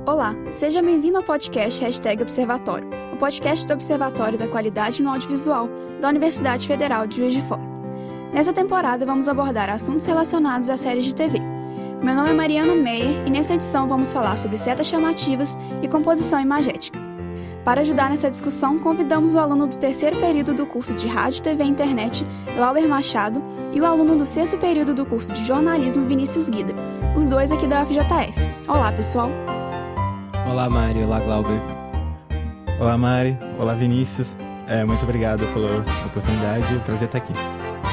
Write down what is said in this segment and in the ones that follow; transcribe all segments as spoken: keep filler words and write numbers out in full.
Olá, seja bem-vindo ao podcast Hashtag Observatório, o podcast do Observatório da Qualidade no Audiovisual da Universidade Federal de Juiz de Fora. Nessa temporada vamos abordar assuntos relacionados às séries de T V. Meu nome é Mariana Meyer e nessa edição vamos falar sobre setas chamativas e composição imagética. Para ajudar nessa discussão, convidamos o aluno do terceiro período do curso de Rádio, T V e Internet, Glauber Machado, e o aluno do sexto período do curso de Jornalismo, Vinícius Guida, os dois aqui da U F J F. Olá, pessoal! Olá, Mari. Olá, Glauber. Olá, Mari. Olá, Vinícius. É, muito obrigado pela oportunidade. Prazer estar aqui.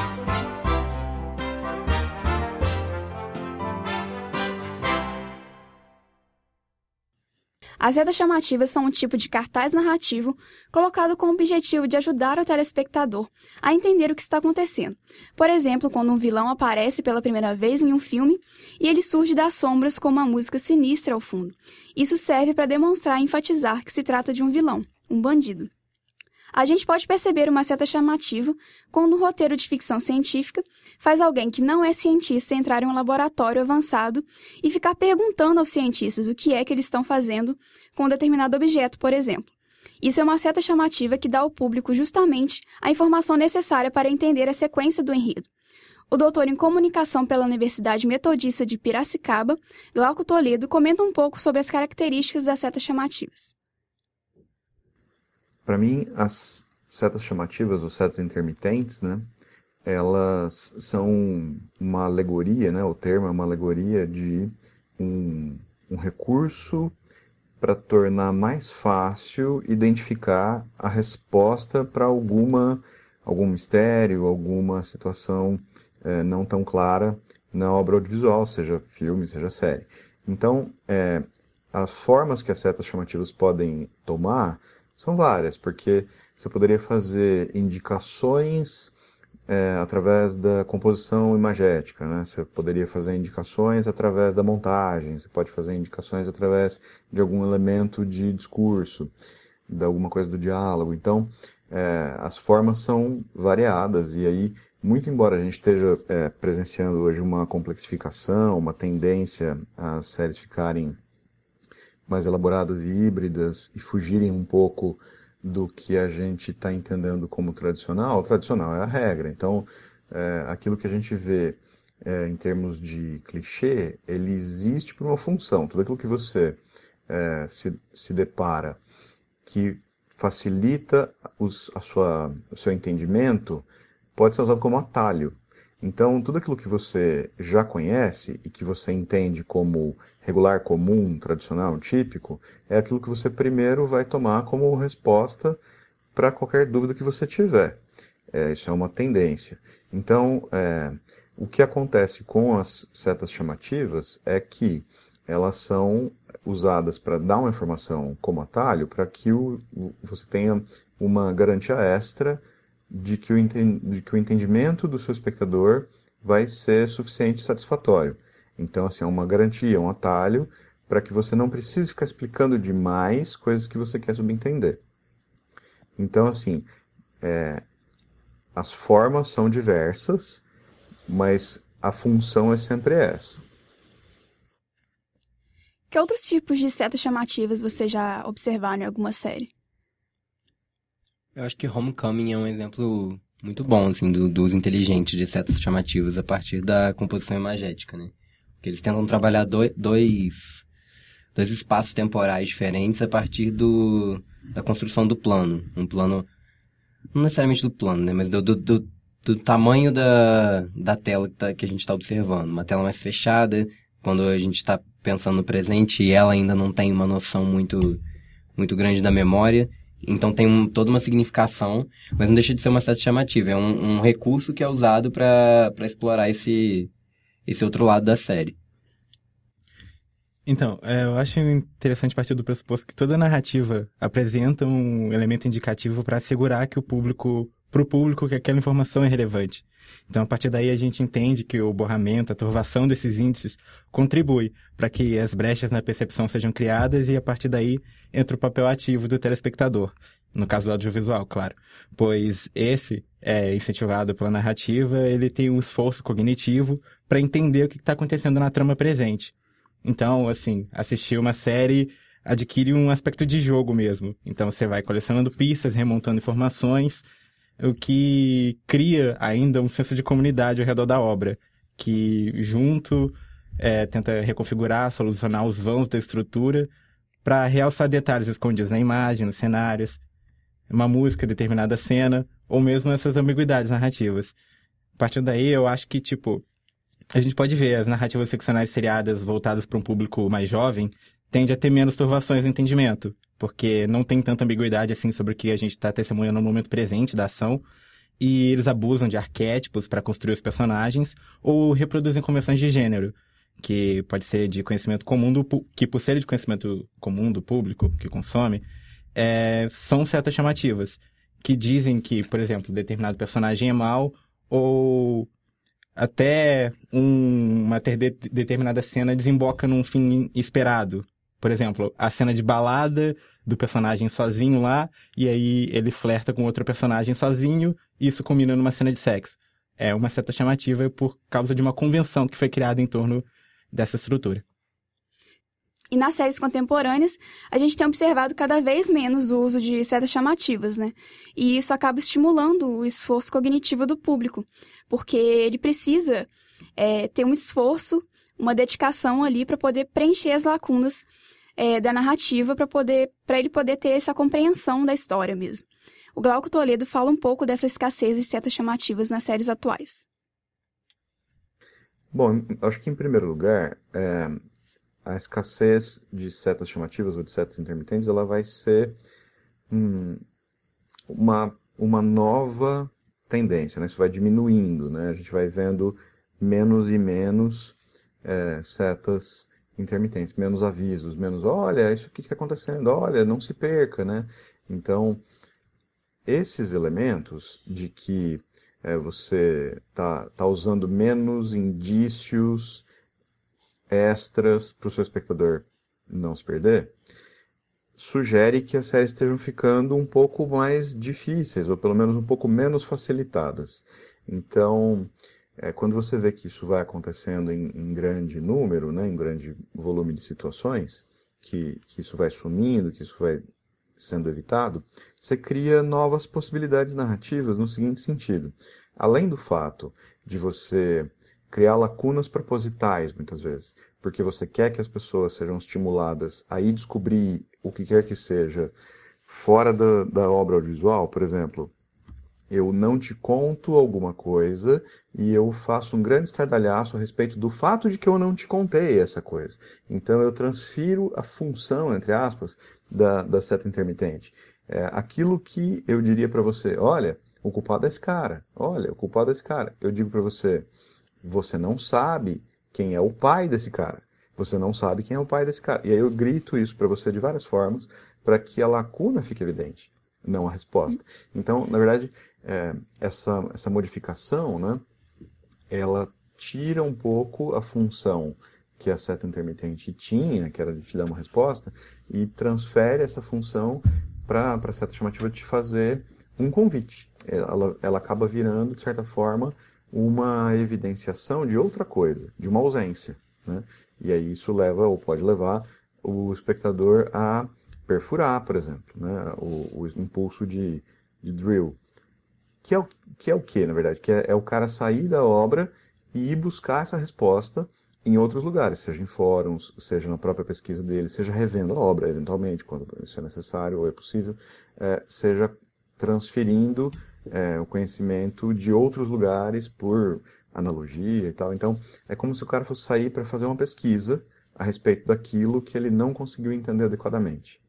As setas chamativas são um tipo de cartaz narrativo colocado com o objetivo de ajudar o telespectador a entender o que está acontecendo. Por exemplo, quando um vilão aparece pela primeira vez em um filme e ele surge das sombras com uma música sinistra ao fundo. Isso serve para demonstrar e enfatizar que se trata de um vilão, um bandido. A gente pode perceber uma seta chamativa quando um roteiro de ficção científica faz alguém que não é cientista entrar em um laboratório avançado e ficar perguntando aos cientistas o que é que eles estão fazendo com um determinado objeto, por exemplo. Isso é uma seta chamativa que dá ao público justamente a informação necessária para entender a sequência do enredo. O doutor em comunicação pela Universidade Metodista de Piracicaba, Glauco Toledo, comenta um pouco sobre as características das setas chamativas. Para mim, as setas chamativas, ou setas intermitentes, né, elas são uma alegoria, né, o termo é uma alegoria de um, um recurso para tornar mais fácil identificar a resposta para alguma algum mistério, alguma situação é, não tão clara na obra audiovisual, seja filme, seja série. Então, é, as formas que as setas chamativas podem tomar são várias, porque você poderia fazer indicações é, através da composição imagética, né? Você poderia fazer indicações através da montagem, você pode fazer indicações através de algum elemento de discurso, de alguma coisa do diálogo. Então, é, as formas são variadas, e aí, muito embora a gente esteja é, presenciando hoje uma complexificação, uma tendência às séries ficarem mais elaboradas e híbridas e fugirem um pouco do que a gente está entendendo como tradicional, o tradicional é a regra. Então, é, aquilo que a gente vê é, em termos de clichê, ele existe por uma função. Tudo aquilo que você é, se, se depara que facilita os, a sua, o seu entendimento pode ser usado como atalho. Então, tudo aquilo que você já conhece e que você entende como regular, comum, tradicional, típico, é aquilo que você primeiro vai tomar como resposta para qualquer dúvida que você tiver. É, isso é uma tendência. Então, é, o que acontece com as setas chamativas é que elas são usadas para dar uma informação como atalho, para que o, você tenha uma garantia extra de que, o, de que o entendimento do seu espectador vai ser suficiente e satisfatório. Então, assim, é uma garantia, um atalho, para que você não precise ficar explicando demais coisas que você quer subentender. Então, assim, é, as formas são diversas, mas a função é sempre essa. Que outros tipos de setas chamativas você já observaram em alguma série? Eu acho que Homecoming é um exemplo muito bom, assim, do, do uso inteligente de setas chamativas a partir da composição imagética, né? Porque eles tentam trabalhar do, dois, dois espaços temporais diferentes a partir do, da construção do plano. Um plano, não necessariamente do plano, né? Mas do, do, do, do tamanho da, da tela que, tá, que a gente está observando. Uma tela mais fechada, quando a gente está pensando no presente e ela ainda não tem uma noção muito, muito grande da memória. Então tem um, toda uma significação, mas não deixa de ser uma seta chamativa. É um, um recurso que é usado para explorar esse, esse outro lado da série. Então, é, eu acho interessante partir do pressuposto que toda narrativa apresenta um elemento indicativo para assegurar que o público, para o público que aquela informação é relevante. Então, a partir daí, a gente entende que o borramento, a turvação desses índices contribui para que as brechas na percepção sejam criadas e, a partir daí, entra o papel ativo do telespectador, no caso do audiovisual, claro. Pois esse é incentivado pela narrativa, ele tem um esforço cognitivo para entender o que está acontecendo na trama presente. Então, assim, assistir uma série adquire um aspecto de jogo mesmo. Então, você vai colecionando pistas, remontando informações, o que cria ainda um senso de comunidade ao redor da obra, que junto é, tenta reconfigurar, solucionar os vãos da estrutura para realçar detalhes escondidos na imagem, nos cenários, uma música, determinada cena, ou mesmo essas ambiguidades narrativas. A partir daí, eu acho que, tipo, a gente pode ver as narrativas ficcionais seriadas voltadas para um público mais jovem tende a ter menos turvações no entendimento, porque não tem tanta ambiguidade assim sobre o que a gente está testemunhando no momento presente da ação, e eles abusam de arquétipos para construir os personagens ou reproduzem convenções de gênero, que pode ser de conhecimento comum, do, que por ser de conhecimento comum do público que consome, é, são certas chamativas, que dizem que, por exemplo, determinado personagem é mau, ou até um, uma ter de, determinada cena desemboca num fim esperado. Por exemplo, a cena de balada do personagem sozinho lá, e aí ele flerta com outro personagem sozinho, e isso combina numa cena de sexo. É uma certa chamativa por causa de uma convenção que foi criada em torno dessa estrutura. E nas séries contemporâneas, a gente tem observado cada vez menos o uso de setas chamativas, né? E isso acaba estimulando o esforço cognitivo do público, porque ele precisa é, ter um esforço, uma dedicação ali para poder preencher as lacunas é, da narrativa, para poder, para ele poder ter essa compreensão da história mesmo. O Glauco Toledo fala um pouco dessa escassez de setas chamativas nas séries atuais. Bom, acho que em primeiro lugar, é, a escassez de setas chamativas ou de setas intermitentes, ela vai ser hum, uma, uma nova tendência, né? Isso vai diminuindo, né? A gente vai vendo menos e menos é, setas intermitentes, menos avisos, menos, olha, isso aqui que está acontecendo, olha, não se perca, né? Então, esses elementos de que é, você está tá usando menos indícios extras para o seu espectador não se perder, sugere que as séries estejam ficando um pouco mais difíceis, ou pelo menos um pouco menos facilitadas. Então, é, quando você vê que isso vai acontecendo em, em grande número, né, em grande volume de situações, que, que isso vai sumindo, que isso vai sendo evitado, você cria novas possibilidades narrativas no seguinte sentido. Além do fato de você criar lacunas propositais, muitas vezes, porque você quer que as pessoas sejam estimuladas a ir descobrir o que quer que seja fora da, da obra audiovisual. Por exemplo, eu não te conto alguma coisa e eu faço um grande estardalhaço a respeito do fato de que eu não te contei essa coisa. Então eu transfiro a função, entre aspas, da, da seta intermitente. É, aquilo que eu diria para você, olha, o culpado é esse cara, olha, o culpado é esse cara. Eu digo para você, você não sabe quem é o pai desse cara. Você não sabe quem é o pai desse cara. E aí eu grito isso para você de várias formas, para que a lacuna fique evidente, não a resposta. Então, na verdade, é, essa, essa modificação, né, ela tira um pouco a função que a seta intermitente tinha, que era de te dar uma resposta, e transfere essa função para a seta chamativa de te fazer um convite. Ela, ela acaba virando, de certa forma, uma evidenciação de outra coisa, de uma ausência, né? E aí isso leva, ou pode levar, o espectador a perfurar, por exemplo, né? o, o impulso de, de drill. Que é, o, que é o que, na verdade? Que é, é o cara sair da obra e ir buscar essa resposta em outros lugares, seja em fóruns, seja na própria pesquisa dele, seja revendo a obra, eventualmente, quando isso é necessário ou é possível, é, seja transferindo é, o conhecimento de outros lugares por analogia e tal. Então, é como se o cara fosse sair para fazer uma pesquisa a respeito daquilo que ele não conseguiu entender adequadamente.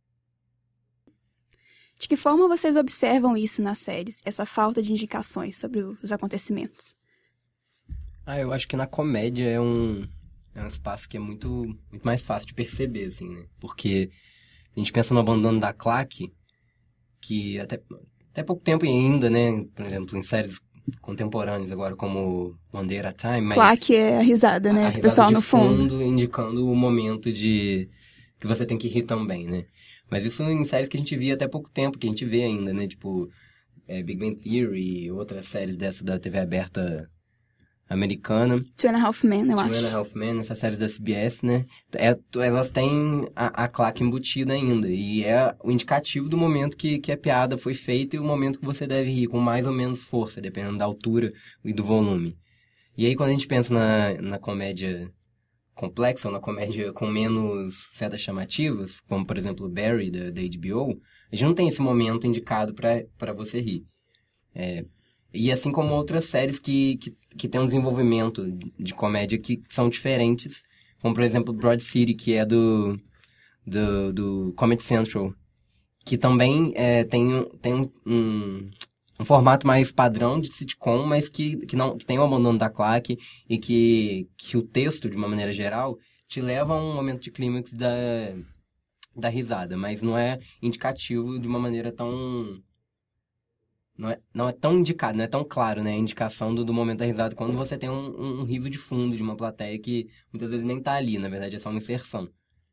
De que forma vocês observam isso nas séries, essa falta de indicações sobre os acontecimentos? Ah, eu acho que na comédia é um, é um espaço que é muito, muito mais fácil de perceber, assim, né? Porque a gente pensa no Abandono da Claque, que até, até pouco tempo ainda, né? Por exemplo, em séries contemporâneas agora, como One Day at a Time. Mas Claque é a risada, né? A, a do pessoal de no fundo. fundo, indicando o momento de que você tem que rir também, né? Mas isso em séries que a gente via até pouco tempo, que a gente vê ainda, né? Tipo, é, Big Bang Theory, outras séries dessa da T V aberta americana. Two and a Half Men, eu Two acho. Two and a Half Men, essa série da C B S, né? É, elas têm a, a claque embutida ainda. E é o indicativo do momento que, que a piada foi feita e o momento que você deve rir, com mais ou menos força, dependendo da altura e do volume. E aí, quando a gente pensa na, na comédia complexa, ou na comédia com menos setas chamativas, como, por exemplo, Barry, da, da H B O, a gente não tem esse momento indicado para você rir. É, e assim como outras séries que, que, que têm um desenvolvimento de comédia que são diferentes, como, por exemplo, Broad City, que é do, do, do Comedy Central, que também é, tem, tem um, um, um formato mais padrão de sitcom, mas que, que, não, que tem o abandono da claque e que, que o texto, de uma maneira geral, te leva a um momento de clímax da, da risada, mas não é indicativo de uma maneira tão... Não é, não é tão indicado, não é tão claro, né? A indicação do, do momento da risada quando você tem um, um, um riso de fundo de uma plateia que muitas vezes nem tá ali, na verdade é só uma inserção.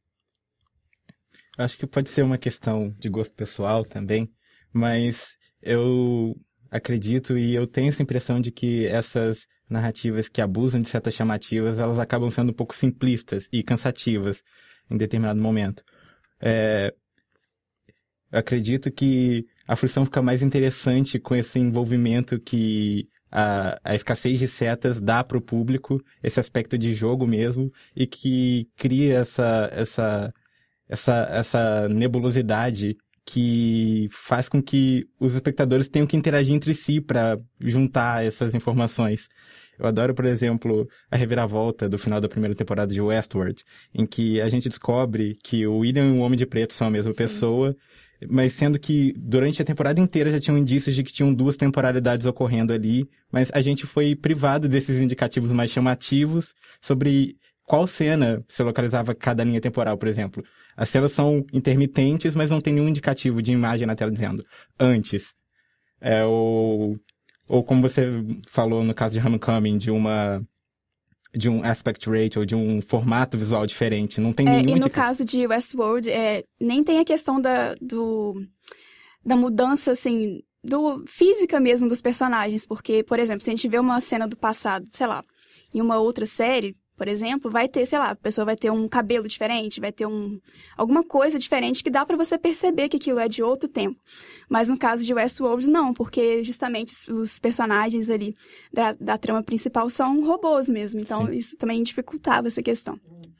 Acho que pode ser uma questão de gosto pessoal também, mas eu acredito e eu tenho essa impressão de que essas narrativas que abusam de setas chamativas, elas acabam sendo um pouco simplistas e cansativas em determinado momento. É, eu acredito que a fruição fica mais interessante com esse envolvimento que a, a escassez de setas dá para o público, esse aspecto de jogo mesmo, e que cria essa, essa, essa, essa nebulosidade que faz com que os espectadores tenham que interagir entre si para juntar essas informações. Eu adoro, por exemplo, a reviravolta do final da primeira temporada de Westworld, em que a gente descobre que o William e o Homem de Preto são a mesma Sim. pessoa, mas sendo que durante a temporada inteira já tinham indícios de que tinham duas temporalidades ocorrendo ali, mas a gente foi privado desses indicativos mais chamativos sobre qual cena se localizava cada linha temporal, por exemplo. As cenas são intermitentes, mas não tem nenhum indicativo de imagem na tela dizendo antes. É, ou, ou como você falou no caso de Homecoming, de uma... de um aspect ratio, de um formato visual diferente. Não tem é, nenhum... E no indica... caso de Westworld, é, nem tem a questão da, do, da mudança, assim, do, física mesmo dos personagens. Porque, por exemplo, se a gente vê uma cena do passado, sei lá, em uma outra série, por exemplo, vai ter, sei lá, a pessoa vai ter um cabelo diferente, vai ter um, alguma coisa diferente que dá pra você perceber que aquilo é de outro tempo. Mas no caso de Westworld, não, porque justamente os personagens ali da, da trama principal são robôs mesmo, então Sim. isso também dificultava essa questão.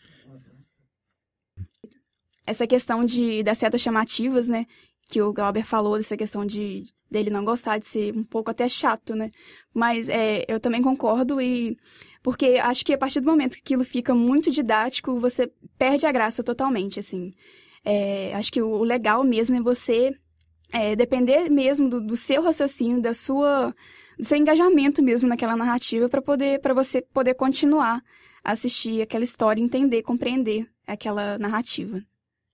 Essa questão de, das setas chamativas, né, que o Glauber falou, dessa questão de dele não gostar de ser um pouco até chato, né, mas é, eu também concordo e... Porque acho que a partir do momento que aquilo fica muito didático, você perde a graça totalmente, assim. É, acho que o legal mesmo é você é, depender mesmo do, do seu raciocínio, da sua, do seu engajamento mesmo naquela narrativa para poder, para você poder continuar a assistir aquela história, entender, compreender aquela narrativa.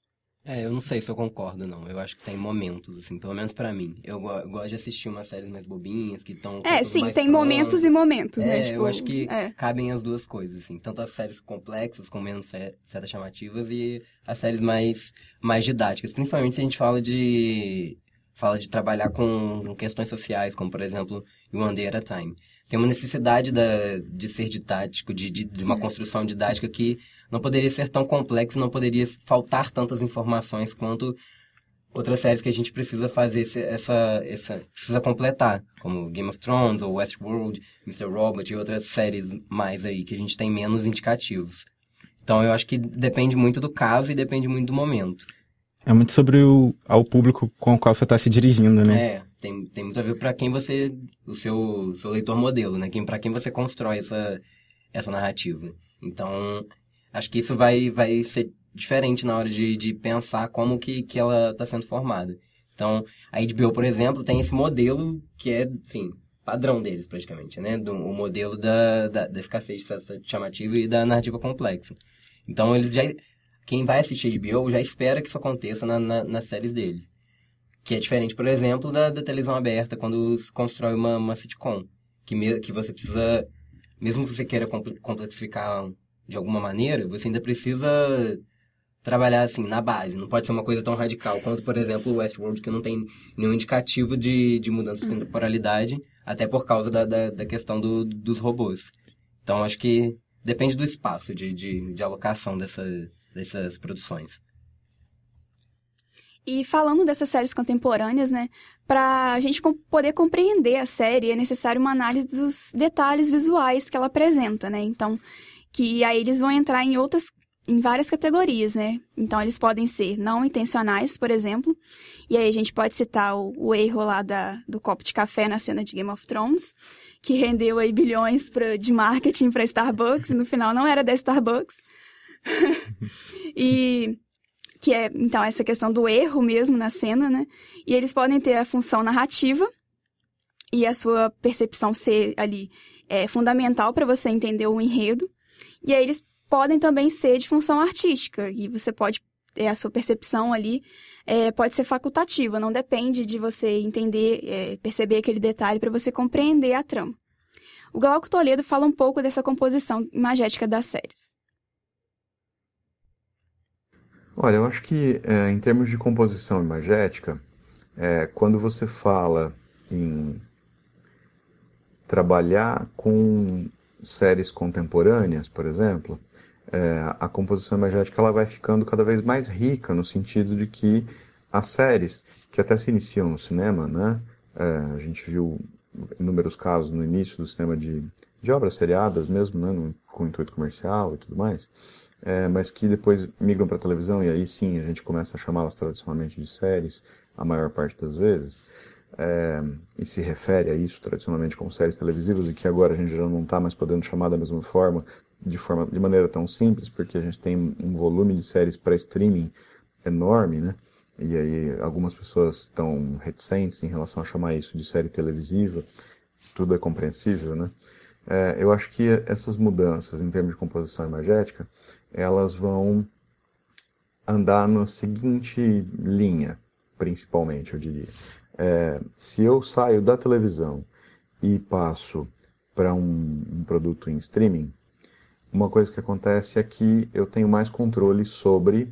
É, eu não sei se eu concordo, não. Eu acho que tem momentos, assim, pelo menos pra mim. Eu, go- eu gosto de assistir umas séries mais bobinhas, que estão... É, sim, tem pronto. momentos e momentos, é, né? Tipo, eu acho que é. cabem as duas coisas, assim. Tanto as séries complexas, com menos setas chamativas, e as séries mais, mais didáticas. Principalmente se a gente fala de... Fala de trabalhar com questões sociais, como, por exemplo, One Day at a Time. Tem uma necessidade da, de ser didático, de, de, de uma construção didática que não poderia ser tão complexo, não poderia faltar tantas informações quanto outras séries que a gente precisa fazer essa, essa precisa completar, como Game of Thrones, ou Westworld, mister Robot e outras séries mais aí, que a gente tem menos indicativos. Então eu acho que depende muito do caso e depende muito do momento. É muito sobre o ao público com o qual você está se dirigindo, né? É, tem, tem muito a ver para quem você, o seu, seu leitor modelo, né? Quem, para quem você constrói essa, essa narrativa. Então, acho que isso vai, vai ser diferente na hora de, de pensar como que, que ela está sendo formada. Então, a H B O, por exemplo, tem esse modelo que é, assim, padrão deles praticamente, né? Do, o modelo da, da, da escassez chamativa e da narrativa complexa. Então, eles já... Quem vai assistir H B O já espera que isso aconteça na, na, nas séries deles. Que é diferente, por exemplo, da, da televisão aberta, quando se constrói uma, uma sitcom. Que, me, que você precisa, mesmo que você queira complexificar de alguma maneira, você ainda precisa trabalhar assim, na base. Não pode ser uma coisa tão radical quanto, por exemplo, o Westworld, que não tem nenhum indicativo de, de mudança de temporalidade, até por causa da, da, da questão do, dos robôs. Então, acho que depende do espaço de, de, de alocação dessa, dessas produções. E falando dessas séries contemporâneas, né, para a gente poder compreender a série, é necessário uma análise dos detalhes visuais que ela apresenta, né? Então, que aí eles vão entrar em outras, em várias categorias, né? Então, eles podem ser não intencionais, por exemplo, e aí a gente pode citar o, o erro lá da, do copo de café na cena de Game of Thrones, que rendeu aí bilhões pra, de marketing para Starbucks, e no final não era da Starbucks. E... que é, então, essa questão do erro mesmo na cena, né? E eles podem ter a função narrativa e a sua percepção ser ali é, fundamental para você entender o enredo. E aí eles podem também ser de função artística, e você pode, é, a sua percepção ali é, pode ser facultativa, não depende de você entender, é, perceber aquele detalhe para você compreender a trama. O Glauco Toledo fala um pouco dessa composição imagética das séries. Olha, eu acho que é, em termos de composição imagética, é, quando você fala em trabalhar com séries contemporâneas, por exemplo, é, a composição imagética ela vai ficando cada vez mais rica, no sentido de que as séries, que até se iniciam no cinema, né? É, a gente viu inúmeros casos no início do cinema de, de obras seriadas mesmo, né? No, com intuito comercial e tudo mais, É, mas que depois migram para a televisão, e aí sim a gente começa a chamá-las tradicionalmente de séries, a maior parte das vezes, é, e se refere a isso tradicionalmente como séries televisivas, e que agora a gente já não está mais podendo chamar da mesma forma, de, forma, de maneira tão simples, porque a gente tem um volume de séries para streaming enorme, né? E aí algumas pessoas estão reticentes em relação a chamar isso de série televisiva, tudo é compreensível, né? É, eu acho que essas mudanças em termos de composição imagética, elas vão andar na seguinte linha, principalmente, eu diria. É, se eu saio da televisão e passo para um, um produto em streaming, uma coisa que acontece é que eu tenho mais controle sobre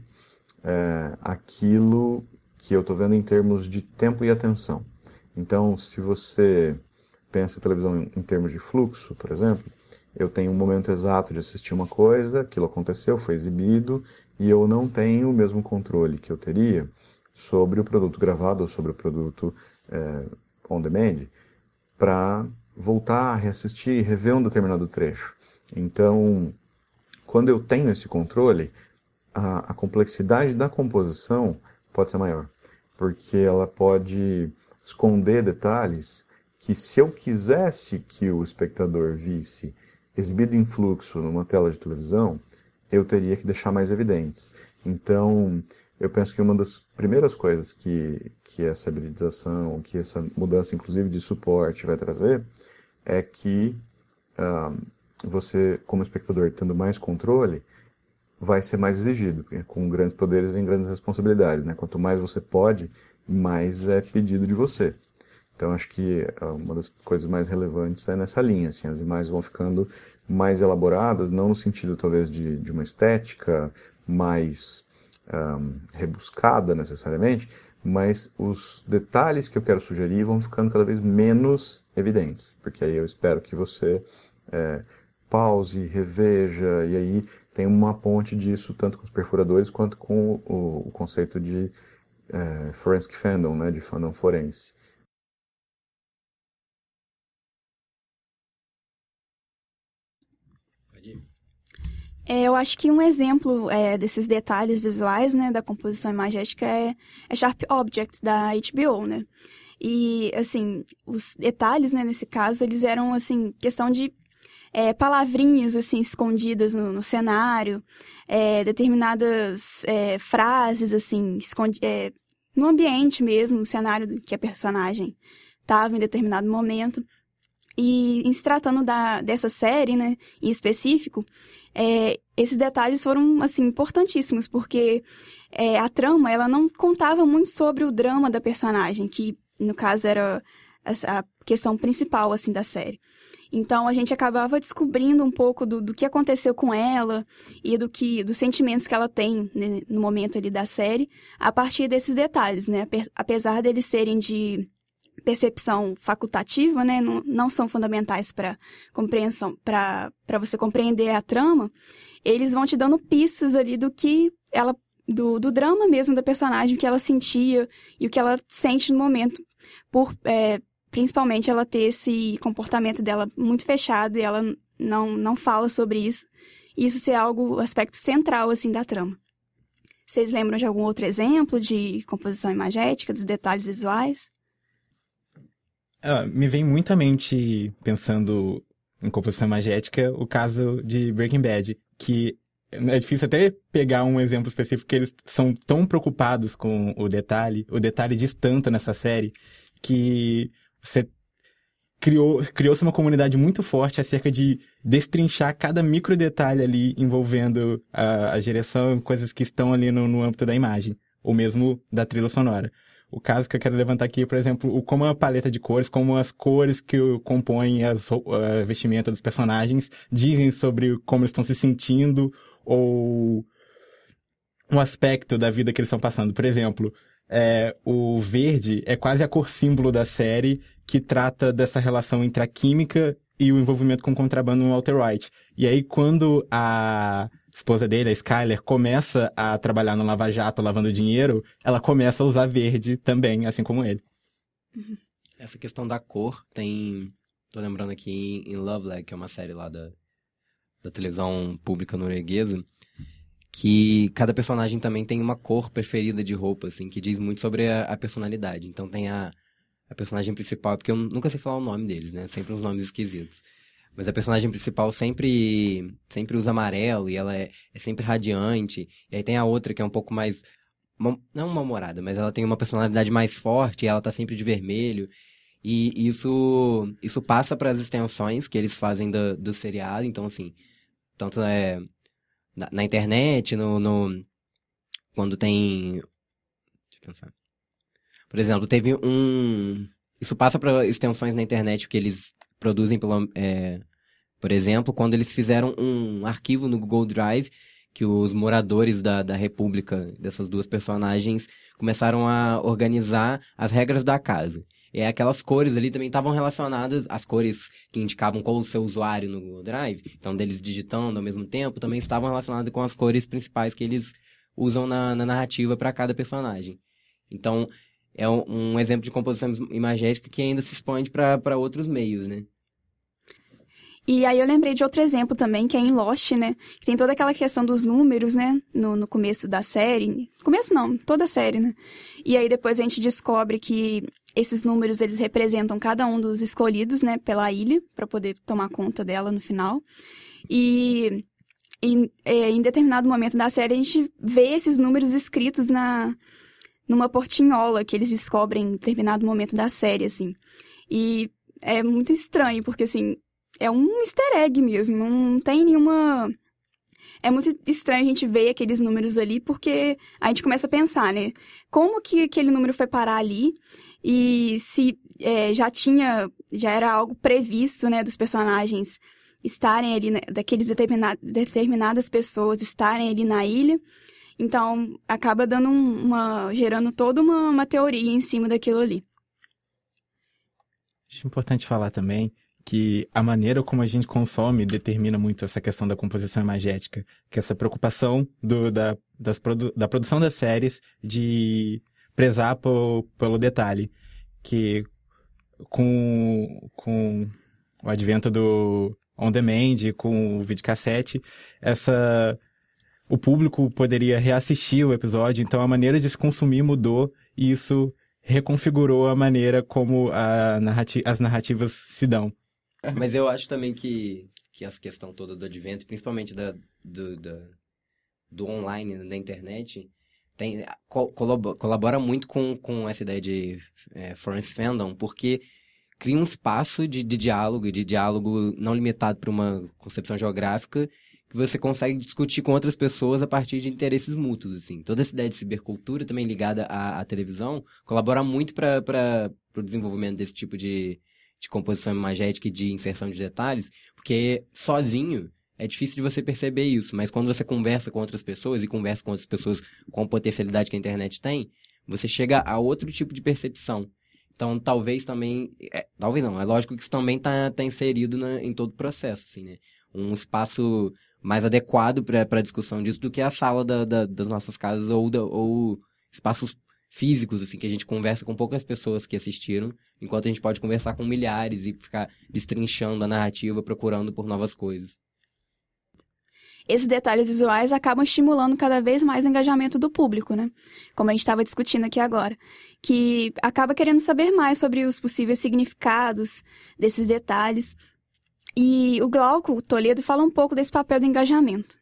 é, aquilo que eu estou vendo em termos de tempo e atenção. Então, se você pensa a televisão em, em termos de fluxo, por exemplo, eu tenho um momento exato de assistir uma coisa, aquilo aconteceu, foi exibido, e eu não tenho o mesmo controle que eu teria sobre o produto gravado ou sobre o produto é, on demand, para voltar a reassistir e rever um determinado trecho. Então, quando eu tenho esse controle, a, a complexidade da composição pode ser maior, porque ela pode esconder detalhes que, se eu quisesse que o espectador visse exibido em fluxo numa tela de televisão, eu teria que deixar mais evidentes. Então, eu penso que uma das primeiras coisas que, que essa habilitação, que essa mudança, inclusive, de suporte vai trazer, é que uh, você, como espectador, tendo mais controle, vai ser mais exigido. Porque com grandes poderes vem grandes responsabilidades, né? Quanto mais você pode, mais é pedido de você. Então, acho que uma das coisas mais relevantes é nessa linha, assim, as imagens vão ficando mais elaboradas, não no sentido, talvez, de, de uma estética mais um, rebuscada, necessariamente, mas os detalhes que eu quero sugerir vão ficando cada vez menos evidentes, porque aí eu espero que você é, pause, reveja, e aí tem uma ponte disso, tanto com os perfuradores, quanto com o, o conceito de é, forensic fandom, né, de fandom forense. É, eu acho que um exemplo é, desses detalhes visuais, né, da composição imagética é, é Sharp Objects, da H B O, né? E, assim, os detalhes, né, nesse caso, eles eram, assim, questão de é, palavrinhas, assim, escondidas no, no cenário, é, determinadas é, frases, assim, escondi- é, no ambiente mesmo, no cenário que a personagem estava em determinado momento. E, em se tratando da, dessa série, né, em específico, É, esses detalhes foram, assim, importantíssimos, porque é, a trama, ela não contava muito sobre o drama da personagem, que, no caso, era a, a questão principal, assim, da série. Então, a gente acabava descobrindo um pouco do, do que aconteceu com ela e do que, dos sentimentos que ela tem, né, no momento ali da série, a partir desses detalhes, né? Apesar deles serem de percepção facultativa, né, não, não são fundamentais para compreensão, para para você compreender a trama, eles vão te dando pistas ali do que ela, do, do drama mesmo da personagem, o que ela sentia e o que ela sente no momento, por é, principalmente ela ter esse comportamento dela muito fechado e ela não, não fala sobre isso, e isso ser algo, aspecto central, assim, da trama. Vocês lembram de algum outro exemplo de composição imagética, dos detalhes visuais? Ah, me vem muito à mente, pensando em composição imagética, o caso de Breaking Bad, que é difícil até pegar um exemplo específico, porque eles são tão preocupados com o detalhe, o detalhe diz tanto nessa série, que você criou, criou-se uma comunidade muito forte acerca de destrinchar cada micro detalhe ali envolvendo a, a direção, coisas que estão ali no, no âmbito da imagem, ou mesmo da trilha sonora. O caso que eu quero levantar aqui, por exemplo, o, como a paleta de cores, como as cores que compõem as, a vestimenta dos personagens dizem sobre como eles estão se sentindo ou um aspecto da vida que eles estão passando. Por exemplo, é, o verde é quase a cor símbolo da série, que trata dessa relação entre a química e o envolvimento com o contrabando no Walter White. E aí, quando a esposa dele, a Skyler, começa a trabalhar no Lava Jato, lavando dinheiro, ela começa a usar verde também, assim como ele. Essa questão da cor tem... Tô lembrando aqui em Lovelag, que é uma série lá da, da televisão pública norueguesa, que cada personagem também tem uma cor preferida de roupa, assim, que diz muito sobre a, a personalidade. Então tem a, a personagem principal, porque eu nunca sei falar o nome deles, né? Sempre uns nomes esquisitos. Mas a personagem principal sempre, sempre usa amarelo e ela é, é sempre radiante. E aí tem a outra que é um pouco mais... Não mal-humorada, mas ela tem uma personalidade mais forte e ela tá sempre de vermelho. E isso, isso passa para as extensões que eles fazem do, do seriado. Então, assim, tanto é, na, na internet, no, no, quando tem... Deixa eu pensar. Por exemplo, teve um... Isso passa para extensões na internet que eles produzem, pelo, é, por exemplo, quando eles fizeram um arquivo no Google Drive que os moradores da, da República, dessas duas personagens, começaram a organizar as regras da casa. E aquelas cores ali também estavam relacionadas, as cores que indicavam qual o seu usuário no Google Drive, então deles digitando ao mesmo tempo, também estavam relacionadas com as cores principais que eles usam na, na narrativa para cada personagem. Então, é um, um exemplo de composição imagética que ainda se expande para outros meios, né? E aí eu lembrei de outro exemplo também, que é em Lost, né? Que tem toda aquela questão dos números, né? No, no começo da série. Começo não, toda a série, né? E aí depois a gente descobre que esses números, eles representam cada um dos escolhidos, né? Pela ilha, para poder tomar conta dela no final. E, e é, em determinado momento da série, a gente vê esses números escritos na, numa portinhola que eles descobrem em determinado momento da série, assim. E é muito estranho, porque, assim... É um easter egg mesmo, não tem nenhuma... É muito estranho a gente ver aqueles números ali, porque a gente começa a pensar, né? Como que aquele número foi parar ali? E se é, já tinha... Já era algo previsto, né? Dos personagens estarem ali, né, daqueles determina, determinadas pessoas estarem ali na ilha. Então, acaba dando uma... Gerando toda uma, uma teoria em cima daquilo ali. Acho importante falar também que a maneira como a gente consome determina muito essa questão da composição imagética, que essa preocupação do, da, das produ- da produção das séries de prezar por, pelo detalhe, que com, com o advento do on-demand, com o videocassete, essa, o público poderia reassistir o episódio, então a maneira de se consumir mudou e isso reconfigurou a maneira como a narrati- as narrativas se dão. Mas eu acho também que, que essa questão toda do advento, principalmente da, do, da, do online, da internet, tem, colabora, colabora muito com, com essa ideia de é, forensic fandom, porque cria um espaço de, de diálogo, de diálogo não limitado por uma concepção geográfica, que você consegue discutir com outras pessoas a partir de interesses mútuos, assim. Toda essa ideia de cibercultura, também ligada à, à televisão, colabora muito para o desenvolvimento desse tipo de... de composição imagética e de inserção de detalhes, porque sozinho é difícil de você perceber isso, mas quando você conversa com outras pessoas e conversa com outras pessoas com a potencialidade que a internet tem, você chega a outro tipo de percepção, Então, talvez também... É, talvez não, é lógico que isso também está tá inserido na, em todo o processo, assim, né? Um espaço mais adequado para a discussão disso do que a sala da, da, das nossas casas ou, da, ou espaços físicos, assim, que a gente conversa com poucas pessoas que assistiram, enquanto a gente pode conversar com milhares e ficar destrinchando a narrativa, procurando por novas coisas. Esses detalhes visuais acabam estimulando cada vez mais o engajamento do público, né? Como a gente estava discutindo aqui agora, que acaba querendo saber mais sobre os possíveis significados desses detalhes. E o Glauco Toledo fala um pouco desse papel do engajamento.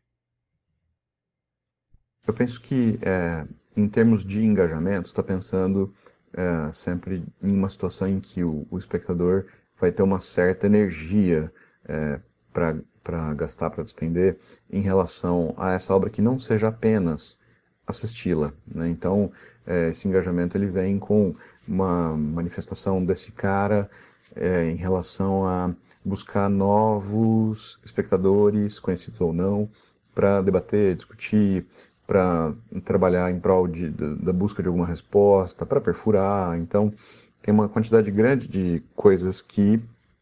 Eu penso que, é, em termos de engajamento, está pensando é, sempre em uma situação em que o, o espectador vai ter uma certa energia é, para para gastar, para despender, em relação a essa obra que não seja apenas assisti-la, né? Então, é, esse engajamento ele vem com uma manifestação desse cara é, em relação a buscar novos espectadores, conhecidos ou não, para debater, discutir, para trabalhar em prol de, da, da busca de alguma resposta, para perfurar. Então, tem uma quantidade grande de coisas que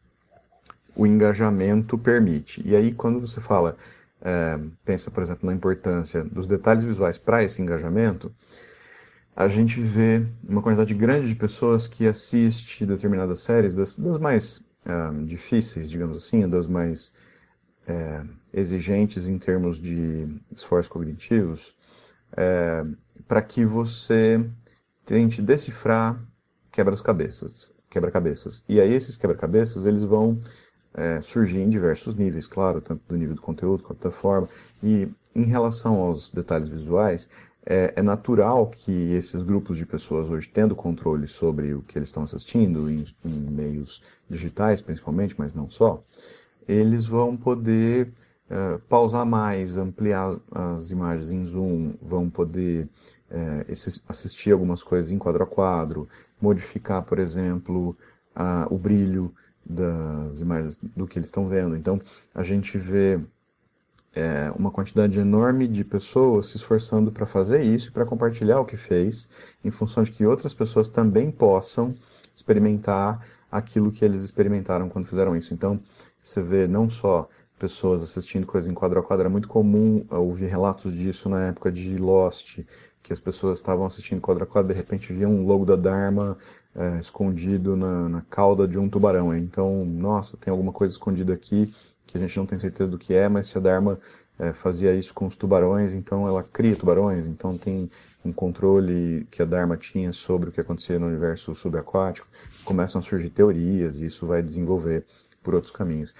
o engajamento permite. E aí, quando você fala, é, pensa, por exemplo, na importância dos detalhes visuais para esse engajamento, a gente vê uma quantidade grande de pessoas que assiste determinadas séries, das, das mais é, difíceis, digamos assim, das mais é, exigentes em termos de esforços cognitivos, é, para que você tente decifrar quebra-cabeças, quebra-cabeças. E aí esses quebra-cabeças, eles vão É, surgir em diversos níveis, claro, tanto do nível do conteúdo quanto da forma. E em relação aos detalhes visuais, é, é natural que esses grupos de pessoas hoje, tendo controle sobre o que eles estão assistindo, em, em meios digitais principalmente, mas não só, eles vão poder é, pausar mais, ampliar as imagens em zoom, vão poder é, assistir algumas coisas em quadro a quadro, modificar, por exemplo, a, o brilho das imagens do que eles estão vendo. Então, a gente vê é, uma quantidade enorme de pessoas se esforçando para fazer isso e para compartilhar o que fez, em função de que outras pessoas também possam experimentar aquilo que eles experimentaram quando fizeram isso. Então, você vê não só pessoas assistindo coisas em quadro a quadro, é muito comum ouvir relatos disso na época de Lost, que as pessoas estavam assistindo quadro a quadro, de repente viam um logo da Dharma é, escondido na, na cauda de um tubarão. Então, nossa, tem alguma coisa escondida aqui que a gente não tem certeza do que é, mas se a Dharma é, fazia isso com os tubarões, então ela cria tubarões, então tem um controle que a Dharma tinha sobre o que acontecia no universo subaquático. Começam a surgir teorias e isso vai desenvolver por outros caminhos.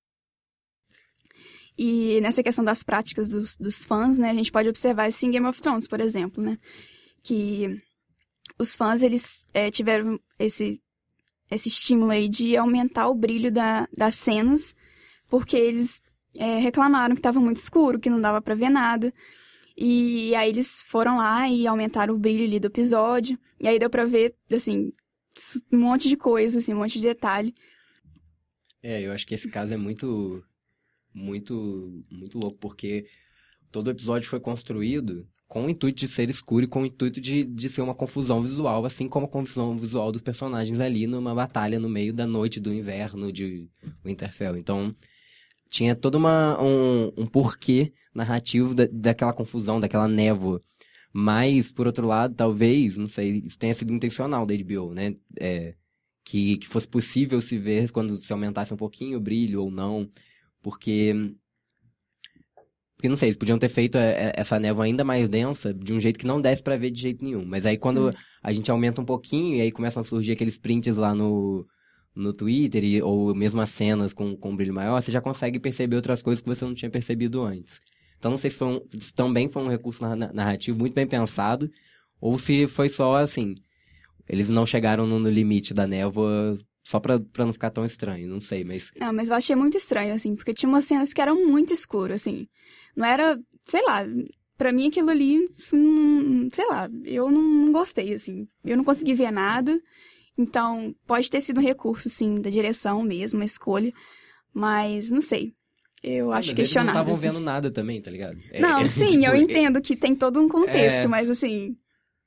E nessa questão das práticas dos, dos fãs, né, a gente pode observar isso em Game of Thrones, por exemplo, né, que os fãs, eles é, tiveram esse, esse estímulo aí de aumentar o brilho da, das cenas, porque eles é, reclamaram que estava muito escuro, que não dava para ver nada, e aí eles foram lá e aumentaram o brilho ali do episódio, e aí deu pra ver, assim, um monte de coisa, assim, um monte de detalhe. É, eu acho que esse caso é muito... muito, muito louco, porque todo o episódio foi construído com o intuito de ser escuro e com o intuito de, de ser uma confusão visual, assim como a confusão visual dos personagens ali numa batalha no meio da noite do inverno de Winterfell. Então, tinha todo uma, um, um porquê narrativo da, daquela confusão, daquela névoa. Mas, por outro lado, talvez, não sei, isso tenha sido intencional da H B O, né? É, que, que fosse possível se ver quando se aumentasse um pouquinho o brilho ou não. Porque, porque, não sei, eles podiam ter feito essa névoa ainda mais densa de um jeito que não desse pra ver de jeito nenhum. Mas aí quando hum. a gente aumenta um pouquinho e aí começam a surgir aqueles prints lá no, no Twitter, e, ou mesmo as cenas com, com brilho maior, você já consegue perceber outras coisas que você não tinha percebido antes. Então não sei se, foi um, se também foi um recurso narrativo muito bem pensado, ou se foi só assim, eles não chegaram no, no limite da névoa... Só pra, pra não ficar tão estranho, não sei, mas... Não, mas eu achei muito estranho, assim, porque tinha umas cenas que eram muito escuras, assim. Não era, sei lá, pra mim aquilo ali, hum, sei lá, eu não gostei, assim. Eu não consegui ver nada, então pode ter sido um recurso, sim, da direção mesmo, a escolha, mas não sei. Eu ah, acho mas questionável. Eles não estavam assim. vendo nada também, tá ligado? É, não, é, sim, tipo, eu entendo que tem todo um contexto, é... mas assim...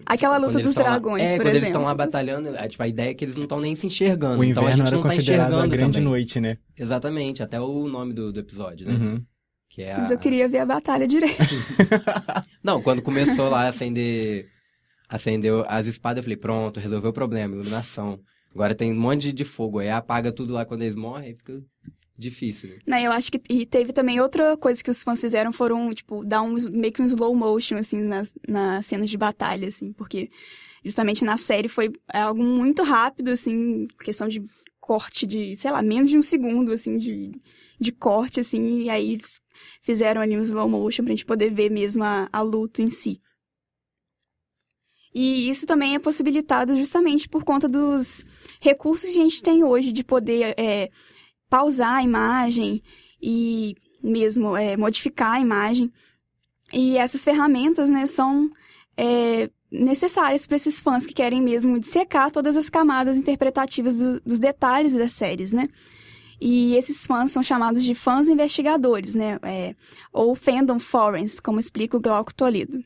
Aquela luta dos dragões, lá, é, por quando exemplo. eles estão lá batalhando, é, tipo, a ideia é que eles não estão nem se enxergando. O então a inverno gente era não tá considerado enxergando a grande também. noite, né? Exatamente, até o nome do, do episódio, né? Uhum. Que é a... Mas eu queria ver a batalha direito. Não, quando começou lá a acender, acendeu as espadas, eu falei, pronto, resolveu o problema, iluminação. Agora tem um monte de, de fogo, aí apaga tudo lá quando eles morrem, aí fica difícil, né? Não, eu acho que... E teve também outra coisa que os fãs fizeram, foram, tipo, dar um, meio que um slow motion, assim, nas, nas cenas de batalha, assim, porque justamente na série foi algo muito rápido, assim, questão de corte de, sei lá, menos de um segundo, assim, de, de corte, assim, e aí eles fizeram ali um slow motion pra gente poder ver mesmo a, a luta em si. E isso também é possibilitado justamente por conta dos recursos que a gente tem hoje de poder é, pausar a imagem e mesmo é, modificar a imagem. E essas ferramentas, né, são é, necessárias para esses fãs que querem mesmo dissecar todas as camadas interpretativas do, dos detalhes das séries, né? E esses fãs são chamados de fãs investigadores, né? É, ou fandom forense, como explica o Glauco Toledo.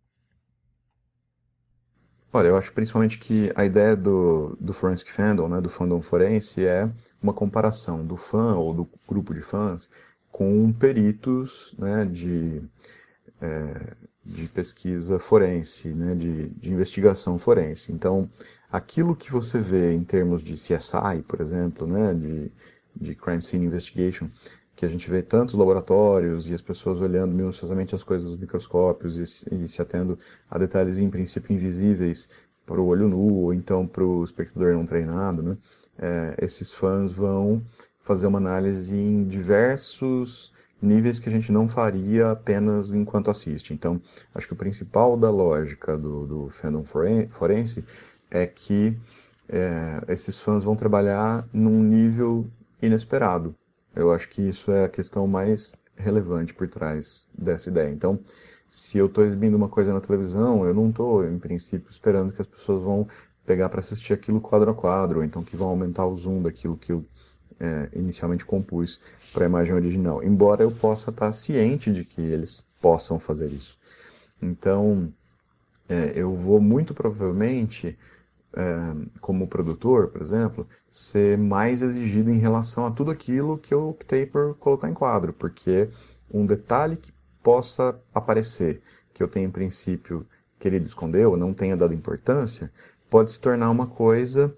Olha, eu acho principalmente que a ideia do, do forensic fandom, né, do fandom forense, é uma comparação do fã ou do grupo de fãs com peritos, né, de, é, de pesquisa forense, né, de, de investigação forense. Então, aquilo que você vê em termos de C S I, por exemplo, né, de, de Crime Scene Investigation, que a gente vê tantos laboratórios e as pessoas olhando minuciosamente as coisas nos microscópios e, e se atendo a detalhes em princípio invisíveis para o olho nu ou então para o espectador não treinado, né? É, esses fãs vão fazer uma análise em diversos níveis que a gente não faria apenas enquanto assiste. Então, acho que o principal da lógica do, do fandom forense é que é, esses fãs vão trabalhar num nível inesperado. Eu acho que isso é a questão mais relevante por trás dessa ideia. Então, se eu estou exibindo uma coisa na televisão, eu não estou, em princípio, esperando que as pessoas vão pegar para assistir aquilo quadro a quadro, ou então que vão aumentar o zoom daquilo que eu é, inicialmente compus para a imagem original. Embora eu possa estar ciente de que eles possam fazer isso. Então, é, eu vou muito provavelmente... É, como produtor, por exemplo, ser mais exigido em relação a tudo aquilo que eu optei por colocar em quadro, porque um detalhe que possa aparecer, que eu tenha em princípio querido esconder ou não tenha dado importância, pode se tornar uma coisa,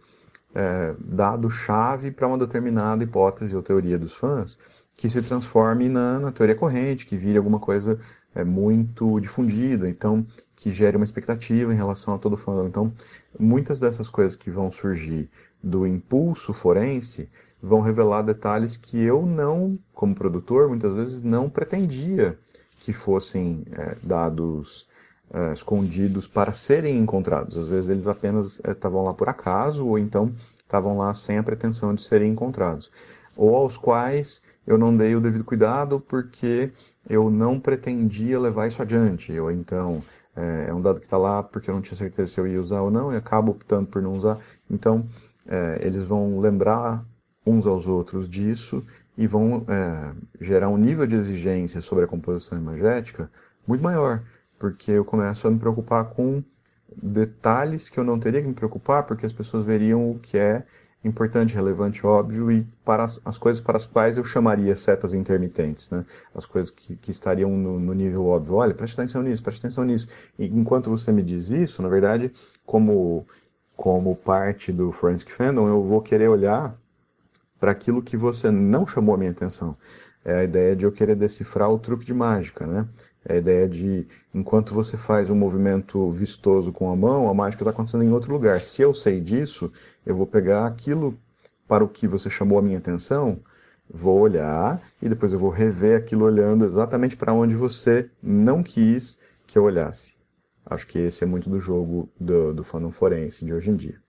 é, dado chave para uma determinada hipótese ou teoria dos fãs, que se transforme na, na teoria corrente, que vire alguma coisa é, muito difundida, então que gere uma expectativa em relação a todo fandom. Então, muitas dessas coisas que vão surgir do impulso forense vão revelar detalhes que eu não, como produtor, muitas vezes não pretendia que fossem é, dados é, escondidos para serem encontrados. Às vezes eles apenas estavam é, lá por acaso, ou então estavam lá sem a pretensão de serem encontrados. Ou aos quais eu não dei o devido cuidado porque eu não pretendia levar isso adiante, ou então... É um dado que está lá porque eu não tinha certeza se eu ia usar ou não e acabo optando por não usar. Então, é, eles vão lembrar uns aos outros disso e vão é, gerar um nível de exigência sobre a composição imagética muito maior, porque eu começo a me preocupar com detalhes que eu não teria que me preocupar, porque as pessoas veriam o que é importante, relevante, óbvio, e para as, as coisas para as quais eu chamaria setas intermitentes, né? As coisas que, que estariam no, no nível óbvio. Olha, preste atenção nisso, preste atenção nisso. E enquanto você me diz isso, na verdade, como, como parte do Forensic Fandom, eu vou querer olhar para aquilo que você não chamou a minha atenção. É a ideia de eu querer decifrar o truque de mágica, né? É a ideia de, enquanto você faz um movimento vistoso com a mão, a mágica está acontecendo em outro lugar. Se eu sei disso, eu vou pegar aquilo para o que você chamou a minha atenção, vou olhar e depois eu vou rever aquilo olhando exatamente para onde você não quis que eu olhasse. Acho que esse é muito do jogo do, do fandom forense de hoje em dia.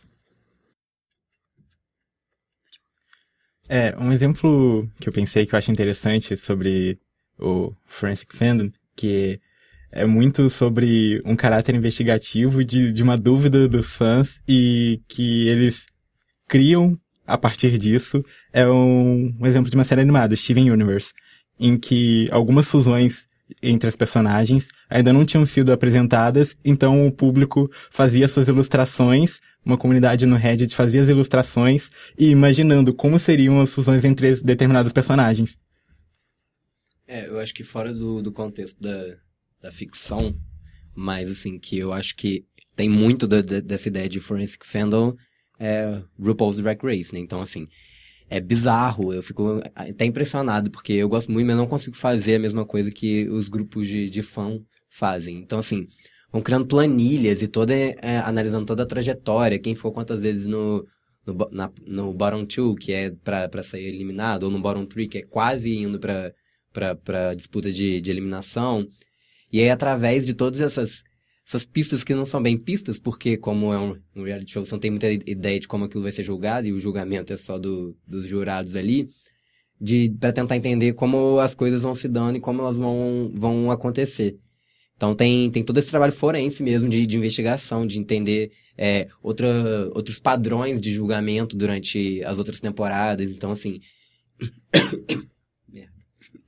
É, um exemplo que eu pensei que eu acho interessante sobre o Forensic Fandom, que é muito sobre um caráter investigativo de, de uma dúvida dos fãs e que eles criam a partir disso, é um, um exemplo de uma série animada, Steven Universe, em que algumas fusões entre as personagens ainda não tinham sido apresentadas, então o público fazia suas ilustrações, uma comunidade no Reddit fazia as ilustrações e imaginando como seriam as fusões entre determinados personagens. É, eu acho que fora do, do contexto da, da ficção, mas assim, que eu acho que tem muito da, da, dessa ideia de Forensic Fandom, é RuPaul's Drag Race, né? Então, assim, é bizarro, eu fico até impressionado, porque eu gosto muito, mas não consigo fazer a mesma coisa que os grupos de, de fã fazem. Então, assim, vão criando planilhas e toda, é, analisando toda a trajetória, quem ficou quantas vezes no, no, na, no bottom two, que é pra, pra sair eliminado, ou no bottom three, que é quase indo pra, pra, pra disputa de, de eliminação. E aí, através de todas essas, essas pistas que não são bem pistas, porque como é um, um reality show, você não tem muita ideia de como aquilo vai ser julgado, e o julgamento é só do, dos jurados ali, de, pra tentar entender como as coisas vão se dando e como elas vão, vão acontecer. Então tem, tem todo esse trabalho forense mesmo, de, de investigação, de entender é, outra, outros padrões de julgamento durante as outras temporadas. Então, assim... Merda.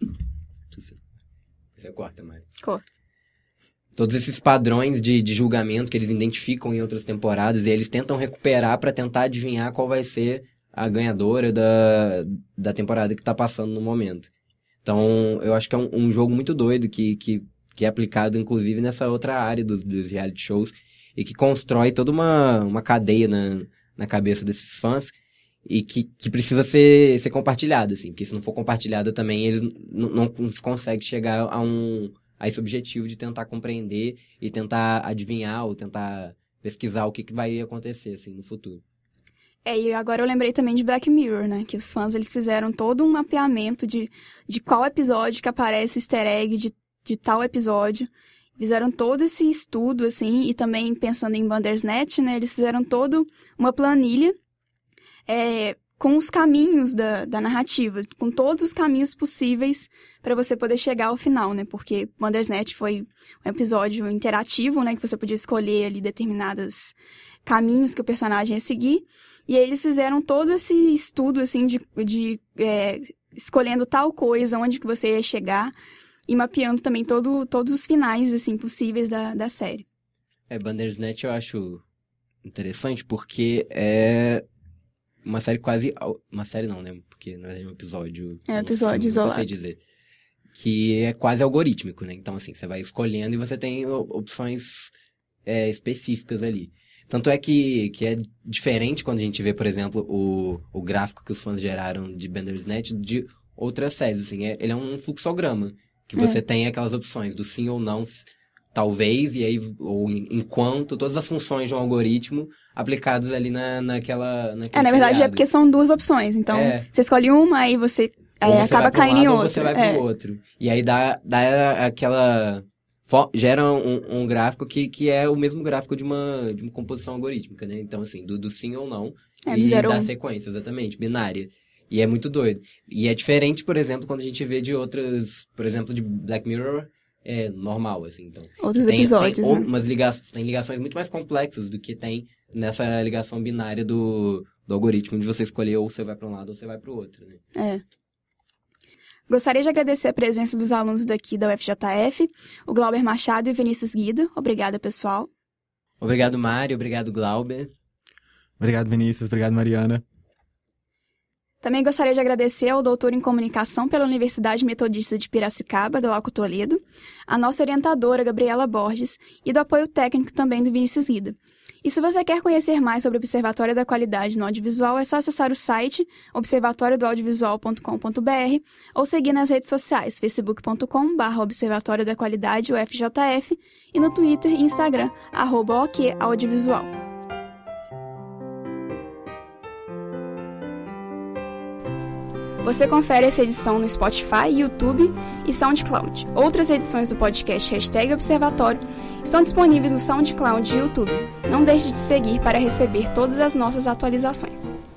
Você corta, Mari. Corta. Todos esses padrões de, de julgamento que eles identificam em outras temporadas, e eles tentam recuperar para tentar adivinhar qual vai ser a ganhadora da, da temporada que tá passando no momento. Então, eu acho que é um, um jogo muito doido que, que, que é aplicado, inclusive, nessa outra área dos, dos reality shows, e que constrói toda uma, uma cadeia na, na cabeça desses fãs, e que, que precisa ser, ser compartilhada, assim, porque se não for compartilhada também, eles não, não conseguem chegar a um... a esse objetivo de tentar compreender e tentar adivinhar ou tentar pesquisar o que, que vai acontecer, assim, no futuro. É, e agora eu lembrei também de Black Mirror, né? Que os fãs, eles fizeram todo um mapeamento de, de qual episódio que aparece easter egg de, de tal episódio. Fizeram todo esse estudo, assim, e também pensando em Bandersnatch, né? Eles fizeram toda uma planilha é, com os caminhos da, da narrativa, com todos os caminhos possíveis para você poder chegar ao final, né? Porque Bandersnatch foi um episódio interativo, né? Que você podia escolher ali determinados caminhos que o personagem ia seguir. E aí eles fizeram todo esse estudo, assim, de, de é, escolhendo tal coisa, onde que você ia chegar, e mapeando também todo, todos os finais, assim, possíveis da, da série. É, Bandersnatch eu acho interessante porque é uma série quase... Uma série não, né? Porque na verdade é um episódio... É um episódio filme, isolado. Não sei dizer. Que é quase algorítmico, né? Então, assim, você vai escolhendo e você tem opções é, específicas ali. Tanto é que, que é diferente quando a gente vê, por exemplo, o, o gráfico que os fãs geraram de Bandersnatch de outras séries, assim. É, ele é um fluxograma, que você é. tem aquelas opções do sim ou não, talvez, e aí, ou enquanto, todas as funções de um algoritmo aplicadas ali na, naquela... É, na verdade seriado. É porque são duas opções. Então, é. você escolhe uma, aí você, aí você acaba caindo um em outra. Ou você vai é. pro outro. E aí dá, dá aquela... gera um, um gráfico que, que é o mesmo gráfico de uma, de uma composição algorítmica, né? Então, assim, do, do sim ou não. É, e zero da um. sequência, exatamente, binária. E é muito doido. E é diferente, por exemplo, quando a gente vê de outras... Por exemplo, de Black Mirror, é normal, assim. Então, outros tem, episódios, tem né? Umas ligações, tem ligações muito mais complexas do que tem nessa ligação binária do, do algoritmo, de você escolher ou você vai para um lado ou você vai para o outro, né? É. Gostaria de agradecer a presença dos alunos daqui da U F J F, o Glauber Machado e o Vinícius Guida. Obrigada, pessoal. Obrigado, Mário. Obrigado, Glauber. Obrigado, Vinícius. Obrigado, Mariana. Também gostaria de agradecer ao doutor em comunicação pela Universidade Metodista de Piracicaba, Glauco Toledo, a nossa orientadora, Gabriela Borges, e do apoio técnico também do Vinícius Guida. E se você quer conhecer mais sobre o Observatório da Qualidade no Audiovisual, é só acessar o site observatório do audiovisual ponto com ponto b r ou seguir nas redes sociais facebook ponto com barra observatório da qualidade U F J F e no Twitter e Instagram, arroba ok audiovisual. Você confere essa edição no Spotify, YouTube e SoundCloud. Outras edições do podcast Hashtag Observatório estão disponíveis no SoundCloud e YouTube. Não deixe de seguir para receber todas as nossas atualizações.